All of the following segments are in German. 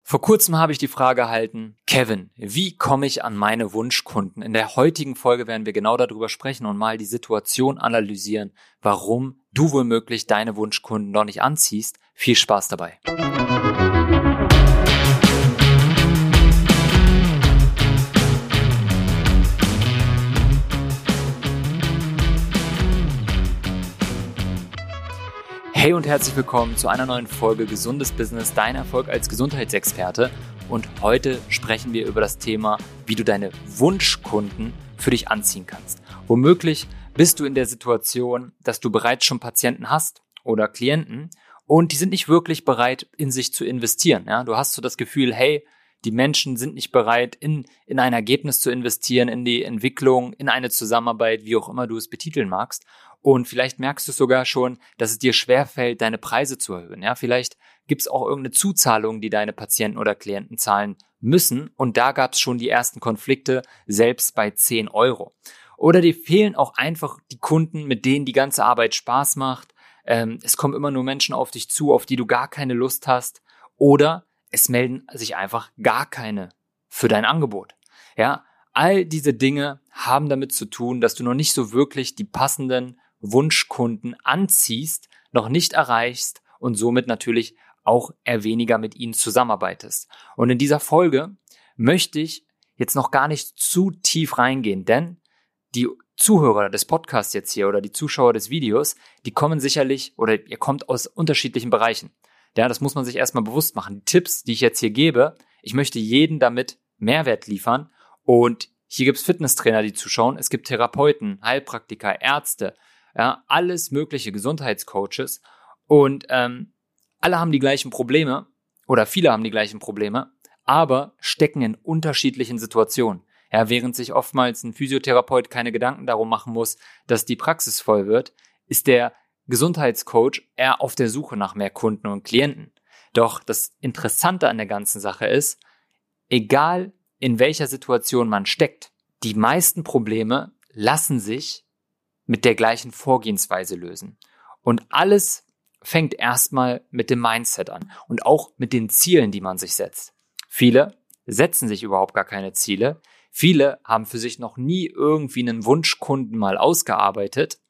Vor kurzem habe ich die Frage erhalten, Kevin, wie komme ich an meine Wunschkunden? In der heutigen Folge werden wir genau darüber sprechen und mal die Situation analysieren, warum du womöglich deine Wunschkunden noch nicht anziehst. Viel Spaß dabei. Hey und herzlich willkommen zu einer neuen Folge Gesundes Business, dein Erfolg als Gesundheitsexperte. Und heute sprechen wir über das Thema, wie du deine Wunschkunden für dich anziehen kannst. Womöglich bist du in der Situation, dass du bereits schon Patienten hast oder Klienten und die sind nicht wirklich bereit, in sich zu investieren. Ja? Du hast so das Gefühl, hey, die Menschen sind nicht bereit, in ein Ergebnis zu investieren, in die Entwicklung, in eine Zusammenarbeit, wie auch immer du es betiteln magst. Und vielleicht merkst du sogar schon, dass es dir schwerfällt, deine Preise zu erhöhen. Ja, vielleicht gibt es auch irgendeine Zuzahlung, die deine Patienten oder Klienten zahlen müssen. Und da gab es schon die ersten Konflikte, selbst bei 10 Euro. Oder dir fehlen auch einfach die Kunden, mit denen die ganze Arbeit Spaß macht. Es kommen immer nur Menschen auf dich zu, auf die du gar keine Lust hast. Oder es melden sich einfach gar keine für dein Angebot. Ja, all diese Dinge haben damit zu tun, dass du noch nicht so wirklich die passenden Wunschkunden anziehst, noch nicht erreichst und somit natürlich auch eher weniger mit ihnen zusammenarbeitest. Und in dieser Folge möchte ich jetzt noch gar nicht zu tief reingehen, denn die Zuhörer des Podcasts jetzt hier oder die Zuschauer des Videos, die kommen sicherlich oder ihr kommt aus unterschiedlichen Bereichen. Ja, das muss man sich erstmal bewusst machen. Die Tipps, die ich jetzt hier gebe, ich möchte jedem damit Mehrwert liefern und hier gibt es Fitnesstrainer, die zuschauen, es gibt Therapeuten, Heilpraktiker, Ärzte, ja, alles mögliche Gesundheitscoaches und alle haben die gleichen Probleme oder viele haben die gleichen Probleme, aber stecken in unterschiedlichen Situationen. Ja, während sich oftmals ein Physiotherapeut keine Gedanken darum machen muss, dass die Praxis voll wird, ist der Gesundheitscoach eher auf der Suche nach mehr Kunden und Klienten. Doch das Interessante an der ganzen Sache ist, egal in welcher Situation man steckt, die meisten Probleme lassen sich mit der gleichen Vorgehensweise lösen. Und alles fängt erstmal mit dem Mindset an und auch mit den Zielen, die man sich setzt. Viele setzen sich überhaupt gar keine Ziele. Viele haben für sich noch nie irgendwie einen Wunschkunden mal ausgearbeitet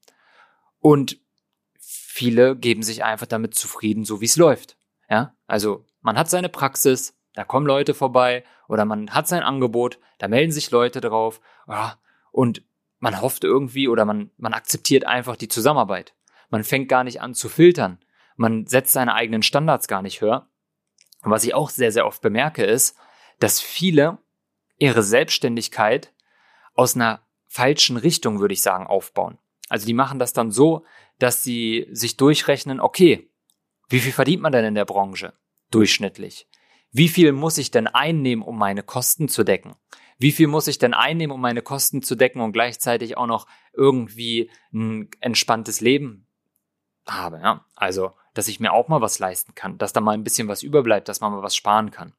und viele geben sich einfach damit zufrieden, so wie es läuft. Ja, also man hat seine Praxis, da kommen Leute vorbei oder man hat sein Angebot, da melden sich Leute drauf und man hofft irgendwie oder man akzeptiert einfach die Zusammenarbeit. Man fängt gar nicht an zu filtern. Man setzt seine eigenen Standards gar nicht höher. Und was ich auch sehr, sehr oft bemerke, ist, dass viele ihre Selbstständigkeit aus einer falschen Richtung, würde ich sagen, aufbauen. Also die machen das dann so, dass sie sich durchrechnen, okay, wie viel verdient man denn in der Branche durchschnittlich? Wie viel muss ich denn einnehmen, um meine Kosten zu decken? Wie viel muss ich denn einnehmen, um meine Kosten zu decken und gleichzeitig auch noch irgendwie ein entspanntes Leben habe? Ja? Also, dass ich mir auch mal was leisten kann, dass da mal ein bisschen was überbleibt, dass man mal was sparen kann.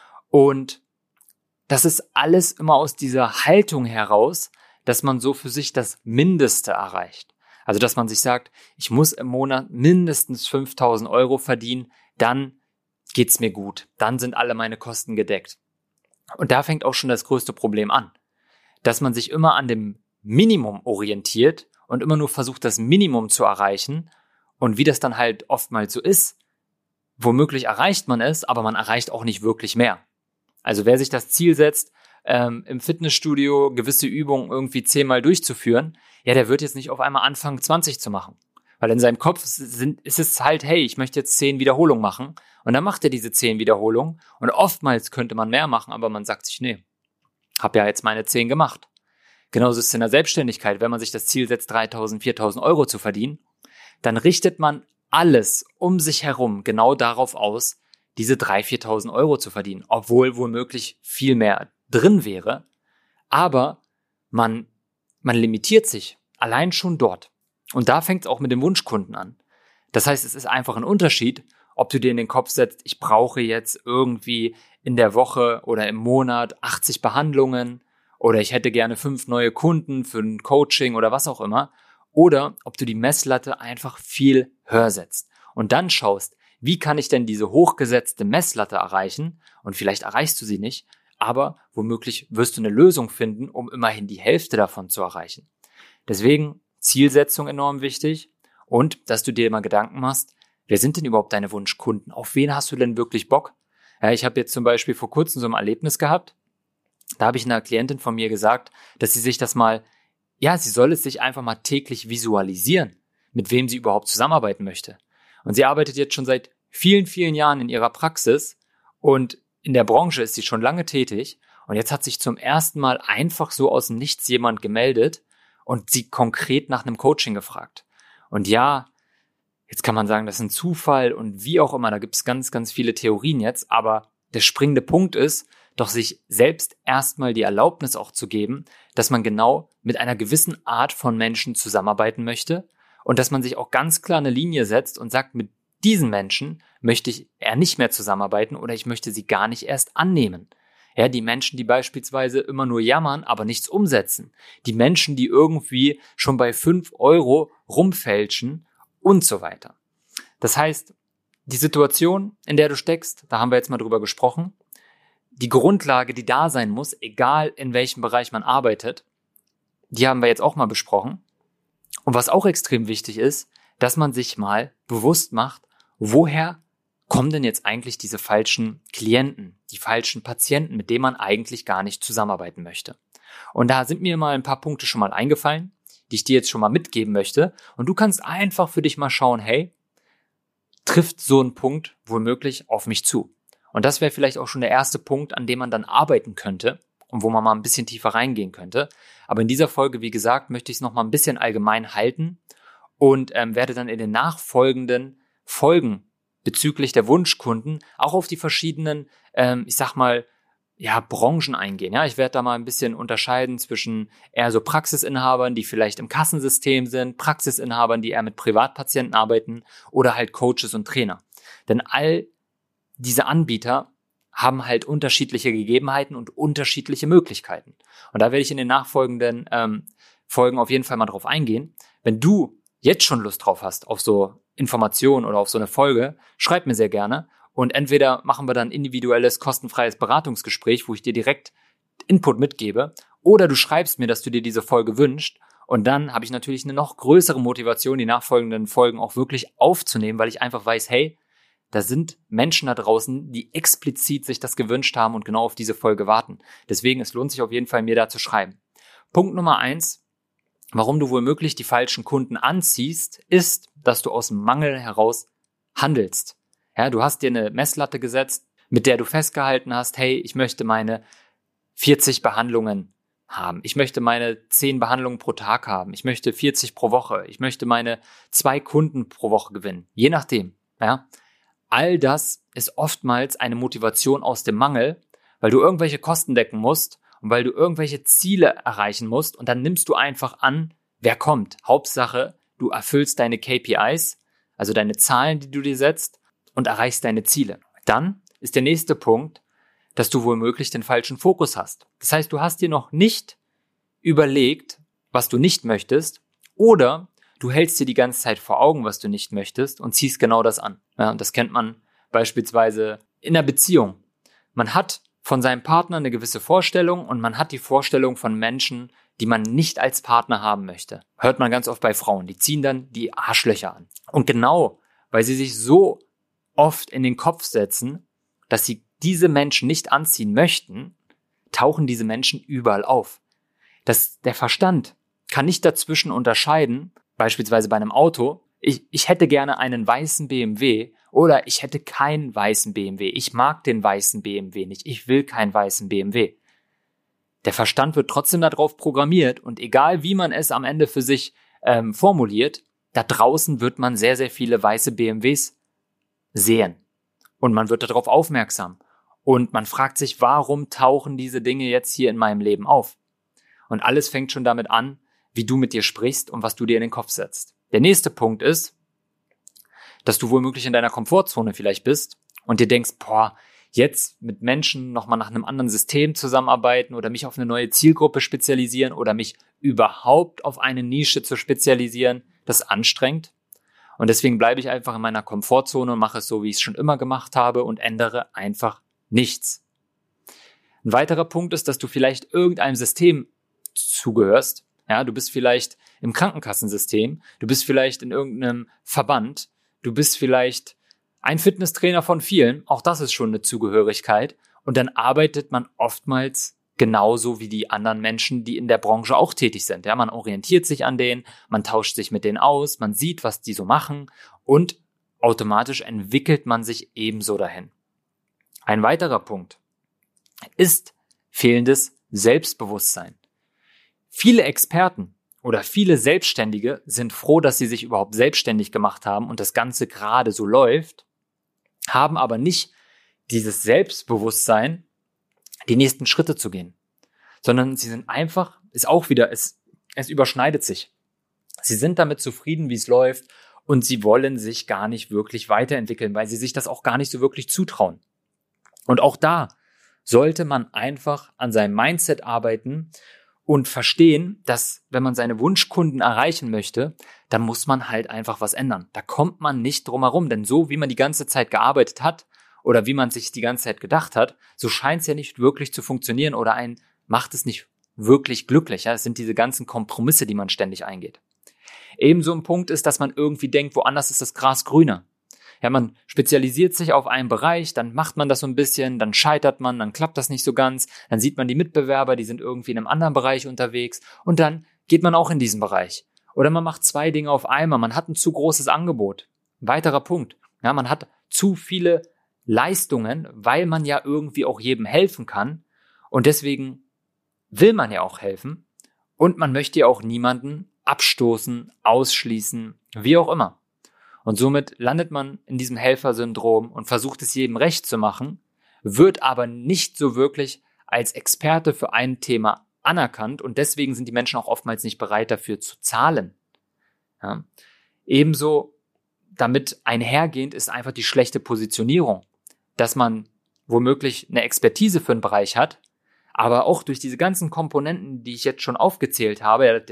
Und das ist alles immer aus dieser Haltung heraus, dass man so für sich das Mindeste erreicht. Also, dass man sich sagt, ich muss im Monat mindestens 5.000 Euro verdienen, dann geht's mir gut, dann sind alle meine Kosten gedeckt. Und da fängt auch schon das größte Problem an, dass man sich immer an dem Minimum orientiert und immer nur versucht, das Minimum zu erreichen. Und wie das dann halt oftmals so ist, womöglich erreicht man es, aber man erreicht auch nicht wirklich mehr. Also wer sich das Ziel setzt, im Fitnessstudio gewisse Übungen irgendwie 10-mal durchzuführen, ja, der wird jetzt nicht auf einmal anfangen, 20 zu machen. Weil in seinem Kopf ist es halt, hey, ich möchte jetzt 10 Wiederholungen machen. Und dann macht er diese 10 Wiederholungen. Und oftmals könnte man mehr machen, aber man sagt sich, nee, hab ja jetzt meine 10 gemacht. Genauso ist es in der Selbstständigkeit. Wenn man sich das Ziel setzt, 3.000, 4.000 Euro zu verdienen, dann richtet man alles um sich herum genau darauf aus, diese 3.000, 4.000 Euro zu verdienen. Obwohl womöglich viel mehr drin wäre. Aber man limitiert sich allein schon dort. Und da fängt es auch mit dem Wunschkunden an. Das heißt, es ist einfach ein Unterschied, ob du dir in den Kopf setzt, ich brauche jetzt irgendwie in der Woche oder im Monat 80 Behandlungen oder ich hätte gerne 5 neue Kunden für ein Coaching oder was auch immer. Oder ob du die Messlatte einfach viel höher setzt und dann schaust, Wie kann ich denn diese hochgesetzte Messlatte erreichen? Und vielleicht erreichst du sie nicht, aber womöglich wirst du eine Lösung finden, um immerhin die Hälfte davon zu erreichen. Deswegen Zielsetzung enorm wichtig und dass du dir mal Gedanken machst, wer sind denn überhaupt deine Wunschkunden? Auf wen hast du denn wirklich Bock? Ja, ich habe jetzt zum Beispiel vor kurzem so ein Erlebnis gehabt, da habe ich einer Klientin von mir gesagt, dass sie sich das mal, sie soll es sich einfach mal täglich visualisieren, mit wem sie überhaupt zusammenarbeiten möchte. Und sie arbeitet jetzt schon seit vielen, vielen Jahren in ihrer Praxis und in der Branche ist sie schon lange tätig und jetzt hat sich zum ersten Mal einfach so aus dem Nichts jemand gemeldet und sie konkret nach einem Coaching gefragt. Und ja, jetzt kann man sagen, das ist ein Zufall und wie auch immer, da gibt es ganz, ganz viele Theorien jetzt, aber der springende Punkt ist, doch sich selbst erstmal die Erlaubnis auch zu geben, dass man genau mit einer gewissen Art von Menschen zusammenarbeiten möchte und dass man sich auch ganz klar eine Linie setzt und sagt, mit diesen Menschen möchte ich eher nicht mehr zusammenarbeiten oder ich möchte sie gar nicht erst annehmen. Ja, die Menschen, die beispielsweise immer nur jammern, aber nichts umsetzen. Die Menschen, die irgendwie schon bei 5 Euro rumfälschen und so weiter. Das heißt, die Situation, in der du steckst, da haben wir jetzt mal drüber gesprochen, die Grundlage, die da sein muss, egal in welchem Bereich man arbeitet, die haben wir jetzt auch mal besprochen. Und was auch extrem wichtig ist, dass man sich mal bewusst macht, woher kommen denn jetzt eigentlich diese falschen Klienten, die falschen Patienten, mit denen man eigentlich gar nicht zusammenarbeiten möchte. Und da sind mir mal ein paar Punkte schon mal eingefallen, die ich dir jetzt schon mal mitgeben möchte. Und du kannst einfach für dich mal schauen, hey, trifft so ein Punkt womöglich auf mich zu? Und das wäre vielleicht auch schon der erste Punkt, an dem man dann arbeiten könnte und wo man mal ein bisschen tiefer reingehen könnte. Aber in dieser Folge, wie gesagt, möchte ich es noch mal ein bisschen allgemein halten und werde dann in den nachfolgenden Folgen bezüglich der Wunschkunden auch auf die verschiedenen, Branchen eingehen. Ja, ich werde da mal ein bisschen unterscheiden zwischen eher so Praxisinhabern, die vielleicht im Kassensystem sind, Praxisinhabern, die eher mit Privatpatienten arbeiten oder halt Coaches und Trainer. Denn all diese Anbieter haben halt unterschiedliche Gegebenheiten und unterschiedliche Möglichkeiten. Und da werde ich in den nachfolgenden Folgen auf jeden Fall mal drauf eingehen. Wenn du jetzt schon Lust drauf hast auf so Informationen oder auf so eine Folge, schreib mir sehr gerne. Und entweder machen wir dann ein individuelles, kostenfreies Beratungsgespräch, wo ich dir direkt Input mitgebe, oder du schreibst mir, dass du dir diese Folge wünschst. Und dann habe ich natürlich eine noch größere Motivation, die nachfolgenden Folgen auch wirklich aufzunehmen, weil ich einfach weiß, hey, da sind Menschen da draußen, die explizit sich das gewünscht haben und genau auf diese Folge warten. Deswegen, es lohnt sich auf jeden Fall, mir da zu schreiben. Punkt Nummer 1, warum du womöglich die falschen Kunden anziehst, ist, dass du aus dem Mangel heraus handelst. Ja, du hast dir eine Messlatte gesetzt, mit der du festgehalten hast, hey, ich möchte meine 40 Behandlungen haben. Ich möchte meine 10 Behandlungen pro Tag haben. Ich möchte 40 pro Woche. Ich möchte meine 2 Kunden pro Woche gewinnen. Je nachdem, ja. All das ist oftmals eine Motivation aus dem Mangel, weil du irgendwelche Kosten decken musst und weil du irgendwelche Ziele erreichen musst und dann nimmst du einfach an, wer kommt. Hauptsache, du erfüllst deine KPIs, also deine Zahlen, die du dir setzt und erreichst deine Ziele. Dann ist der nächste Punkt, dass du womöglich den falschen Fokus hast. Das heißt, du hast dir noch nicht überlegt, was du nicht möchtest oder du hältst dir die ganze Zeit vor Augen, was du nicht möchtest und ziehst genau das an. Ja, und das kennt man beispielsweise in einer Beziehung. Man hat von seinem Partner eine gewisse Vorstellung und man hat die Vorstellung von Menschen, die man nicht als Partner haben möchte. Hört man ganz oft bei Frauen. Die ziehen dann die Arschlöcher an. Und genau, weil sie sich so oft in den Kopf setzen, dass sie diese Menschen nicht anziehen möchten, tauchen diese Menschen überall auf. Der Verstand kann nicht dazwischen unterscheiden, beispielsweise bei einem Auto, ich hätte gerne einen weißen BMW oder ich hätte keinen weißen BMW. Ich mag den weißen BMW nicht. Ich will keinen weißen BMW. Der Verstand wird trotzdem darauf programmiert und egal wie man es am Ende für sich formuliert, da draußen wird man sehr, sehr viele weiße BMWs sehen. Und man wird darauf aufmerksam. Und man fragt sich, warum tauchen diese Dinge jetzt hier in meinem Leben auf? Und alles fängt schon damit an, wie du mit dir sprichst und was du dir in den Kopf setzt. Der nächste Punkt ist, dass du womöglich in deiner Komfortzone vielleicht bist und dir denkst, jetzt mit Menschen nochmal nach einem anderen System zusammenarbeiten oder mich auf eine neue Zielgruppe spezialisieren oder mich überhaupt auf eine Nische zu spezialisieren, das ist anstrengend. Und deswegen bleibe ich einfach in meiner Komfortzone und mache es so, wie ich es schon immer gemacht habe und ändere einfach nichts. Ein weiterer Punkt ist, dass du vielleicht irgendeinem System zugehörst. Ja, du bist vielleicht im Krankenkassensystem, du bist vielleicht in irgendeinem Verband, du bist vielleicht ein Fitnesstrainer von vielen. Auch das ist schon eine Zugehörigkeit. Und dann arbeitet man oftmals genauso wie die anderen Menschen, die in der Branche auch tätig sind. Ja, man orientiert sich an denen, man tauscht sich mit denen aus, man sieht, was die so machen und automatisch entwickelt man sich ebenso dahin. Ein weiterer Punkt ist fehlendes Selbstbewusstsein. Viele Experten oder viele Selbstständige sind froh, dass sie sich überhaupt selbstständig gemacht haben und das Ganze gerade so läuft, haben aber nicht dieses Selbstbewusstsein, die nächsten Schritte zu gehen, sondern sie sind einfach, ist auch wieder, es überschneidet sich. Sie sind damit zufrieden, wie es läuft und sie wollen sich gar nicht wirklich weiterentwickeln, weil sie sich das auch gar nicht so wirklich zutrauen. Und auch da sollte man einfach an seinem Mindset arbeiten und verstehen, dass wenn man seine Wunschkunden erreichen möchte, dann muss man halt einfach was ändern. Da kommt man nicht drum herum, denn so wie man die ganze Zeit gearbeitet hat oder wie man sich die ganze Zeit gedacht hat, so scheint es ja nicht wirklich zu funktionieren oder einen macht es nicht wirklich glücklich. Ja? Es sind diese ganzen Kompromisse, die man ständig eingeht. Ebenso ein Punkt ist, dass man irgendwie denkt, woanders ist das Gras grüner. Ja, man spezialisiert sich auf einen Bereich, dann macht man das so ein bisschen, dann scheitert man, dann klappt das nicht so ganz, dann sieht man die Mitbewerber, die sind irgendwie in einem anderen Bereich unterwegs und dann geht man auch in diesen Bereich. Oder man macht zwei Dinge auf einmal, man hat ein zu großes Angebot. Ein weiterer Punkt, ja, man hat zu viele Leistungen, weil man ja irgendwie auch jedem helfen kann und deswegen will man ja auch helfen und man möchte ja auch niemanden abstoßen, ausschließen, wie auch immer. Und somit landet man in diesem Helfersyndrom und versucht es jedem recht zu machen, wird aber nicht so wirklich als Experte für ein Thema anerkannt und deswegen sind die Menschen auch oftmals nicht bereit dafür zu zahlen. Ja. Ebenso damit einhergehend ist einfach die schlechte Positionierung, dass man womöglich eine Expertise für einen Bereich hat, aber auch durch diese ganzen Komponenten, die ich jetzt schon aufgezählt habe,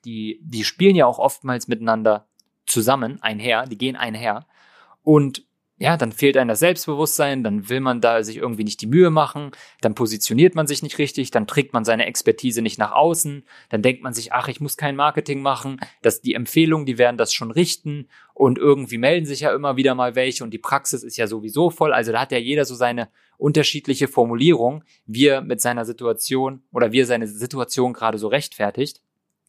die spielen ja auch oftmals miteinander zusammen, einher, die gehen einher und ja, dann fehlt einem das Selbstbewusstsein, dann will man da sich irgendwie nicht die Mühe machen, dann positioniert man sich nicht richtig, dann trägt man seine Expertise nicht nach außen, dann denkt man sich, ach, ich muss kein Marketing machen, dass die Empfehlungen, die werden das schon richten und irgendwie melden sich ja immer wieder mal welche und die Praxis ist ja sowieso voll, also da hat ja jeder so seine unterschiedliche Formulierung, wie er mit seiner Situation oder wie er seine Situation gerade so rechtfertigt,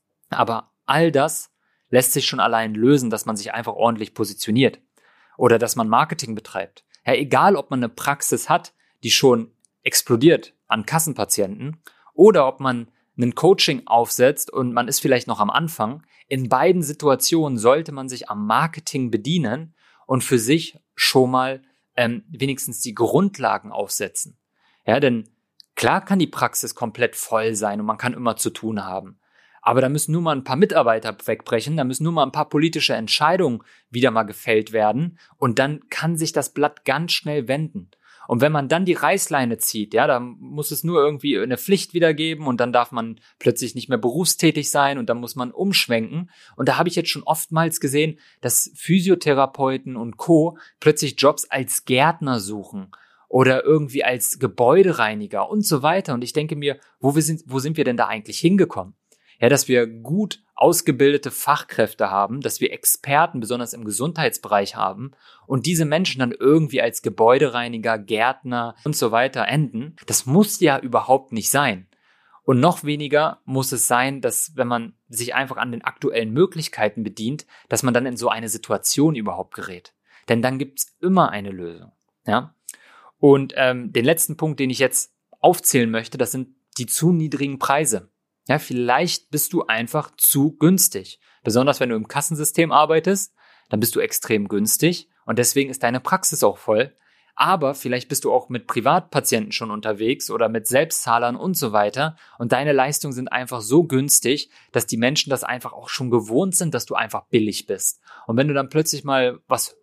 aber all das lässt sich schon allein lösen, dass man sich einfach ordentlich positioniert oder dass man Marketing betreibt. Ja, egal, ob man eine Praxis hat, die schon explodiert an Kassenpatienten oder ob man ein Coaching aufsetzt und man ist vielleicht noch am Anfang. In beiden Situationen sollte man sich am Marketing bedienen und für sich schon mal wenigstens die Grundlagen aufsetzen. Ja, denn klar kann die Praxis komplett voll sein und man kann immer zu tun haben. Aber da müssen nur mal ein paar Mitarbeiter wegbrechen, da müssen nur mal ein paar politische Entscheidungen wieder mal gefällt werden und dann kann sich das Blatt ganz schnell wenden. Und wenn man dann die Reißleine zieht, ja, dann muss es nur irgendwie eine Pflicht wieder geben und dann darf man plötzlich nicht mehr berufstätig sein und dann muss man umschwenken. Und da habe ich jetzt schon oftmals gesehen, dass Physiotherapeuten und Co. plötzlich Jobs als Gärtner suchen oder irgendwie als Gebäudereiniger und so weiter. Und ich denke mir, wo sind wir denn da eigentlich hingekommen? Ja, dass wir gut ausgebildete Fachkräfte haben, dass wir Experten, besonders im Gesundheitsbereich haben und diese Menschen dann irgendwie als Gebäudereiniger, Gärtner und so weiter enden. Das muss ja überhaupt nicht sein. Und noch weniger muss es sein, dass wenn man sich einfach an den aktuellen Möglichkeiten bedient, dass man dann in so eine Situation überhaupt gerät. Denn dann gibt's immer eine Lösung. Ja? Und den letzten Punkt, den ich jetzt aufzählen möchte, das sind die zu niedrigen Preise. Ja, vielleicht bist du einfach zu günstig. Besonders wenn du im Kassensystem arbeitest, dann bist du extrem günstig und deswegen ist deine Praxis auch voll. Aber vielleicht bist du auch mit Privatpatienten schon unterwegs oder mit Selbstzahlern und so weiter und deine Leistungen sind einfach so günstig, dass die Menschen das einfach auch schon gewohnt sind, dass du einfach billig bist. Und wenn du dann plötzlich mal was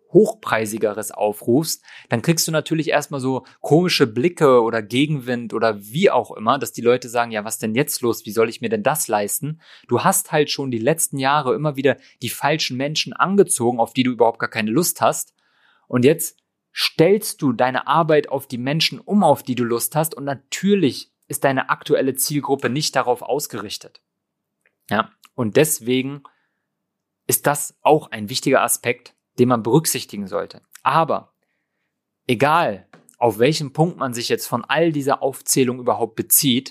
Hochpreisigeres aufrufst, dann kriegst du natürlich erstmal so komische Blicke oder Gegenwind oder wie auch immer, dass die Leute sagen, ja, was denn jetzt los? Wie soll ich mir denn das leisten? Du hast halt schon die letzten Jahre immer wieder die falschen Menschen angezogen, auf die du überhaupt gar keine Lust hast. Und jetzt stellst du deine Arbeit auf die Menschen um, auf die du Lust hast. Und natürlich ist deine aktuelle Zielgruppe nicht darauf ausgerichtet. Ja, und deswegen ist das auch ein wichtiger Aspekt, den man berücksichtigen sollte. Aber egal, auf welchen Punkt man sich jetzt von all dieser Aufzählung überhaupt bezieht,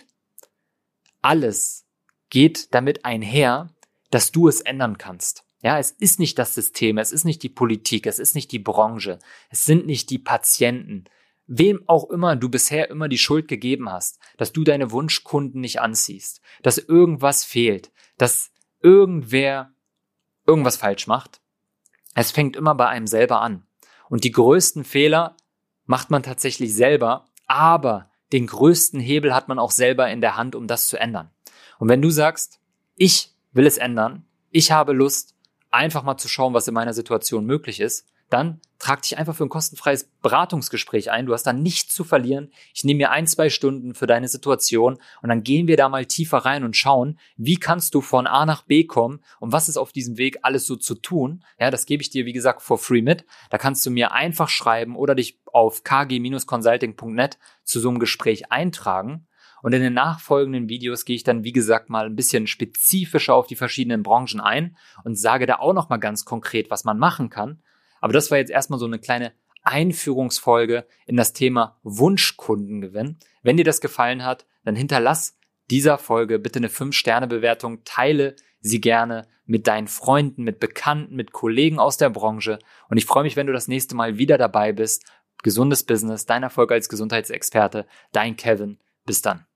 alles geht damit einher, dass du es ändern kannst. Ja, es ist nicht das System, es ist nicht die Politik, es ist nicht die Branche, es sind nicht die Patienten, wem auch immer du bisher immer die Schuld gegeben hast, dass du deine Wunschkunden nicht anziehst, dass irgendwas fehlt, dass irgendwer irgendwas falsch macht. Es fängt immer bei einem selber an. Und die größten Fehler macht man tatsächlich selber, aber den größten Hebel hat man auch selber in der Hand, um das zu ändern. Und wenn du sagst, ich will es ändern, ich habe Lust, einfach mal zu schauen, was in meiner Situation möglich ist, dann trag dich einfach für ein kostenfreies Beratungsgespräch ein. Du hast da nichts zu verlieren. Ich nehme mir 1-2 Stunden für deine Situation und dann gehen wir da mal tiefer rein und schauen, wie kannst du von A nach B kommen und was ist auf diesem Weg alles so zu tun. Ja, das gebe ich dir, wie gesagt, for free mit. Da kannst du mir einfach schreiben oder dich auf kg-consulting.net zu so einem Gespräch eintragen. Und in den nachfolgenden Videos gehe ich dann, wie gesagt, mal ein bisschen spezifischer auf die verschiedenen Branchen ein und sage da auch nochmal ganz konkret, was man machen kann. Aber das war jetzt erstmal so eine kleine Einführungsfolge in das Thema Wunschkundengewinn. Wenn dir das gefallen hat, dann hinterlass dieser Folge bitte eine 5-Sterne-Bewertung, teile sie gerne mit deinen Freunden, mit Bekannten, mit Kollegen aus der Branche. Und ich freue mich, wenn du das nächste Mal wieder dabei bist. Gesundes Business, dein Erfolg als Gesundheitsexperte, dein Kevin. Bis dann.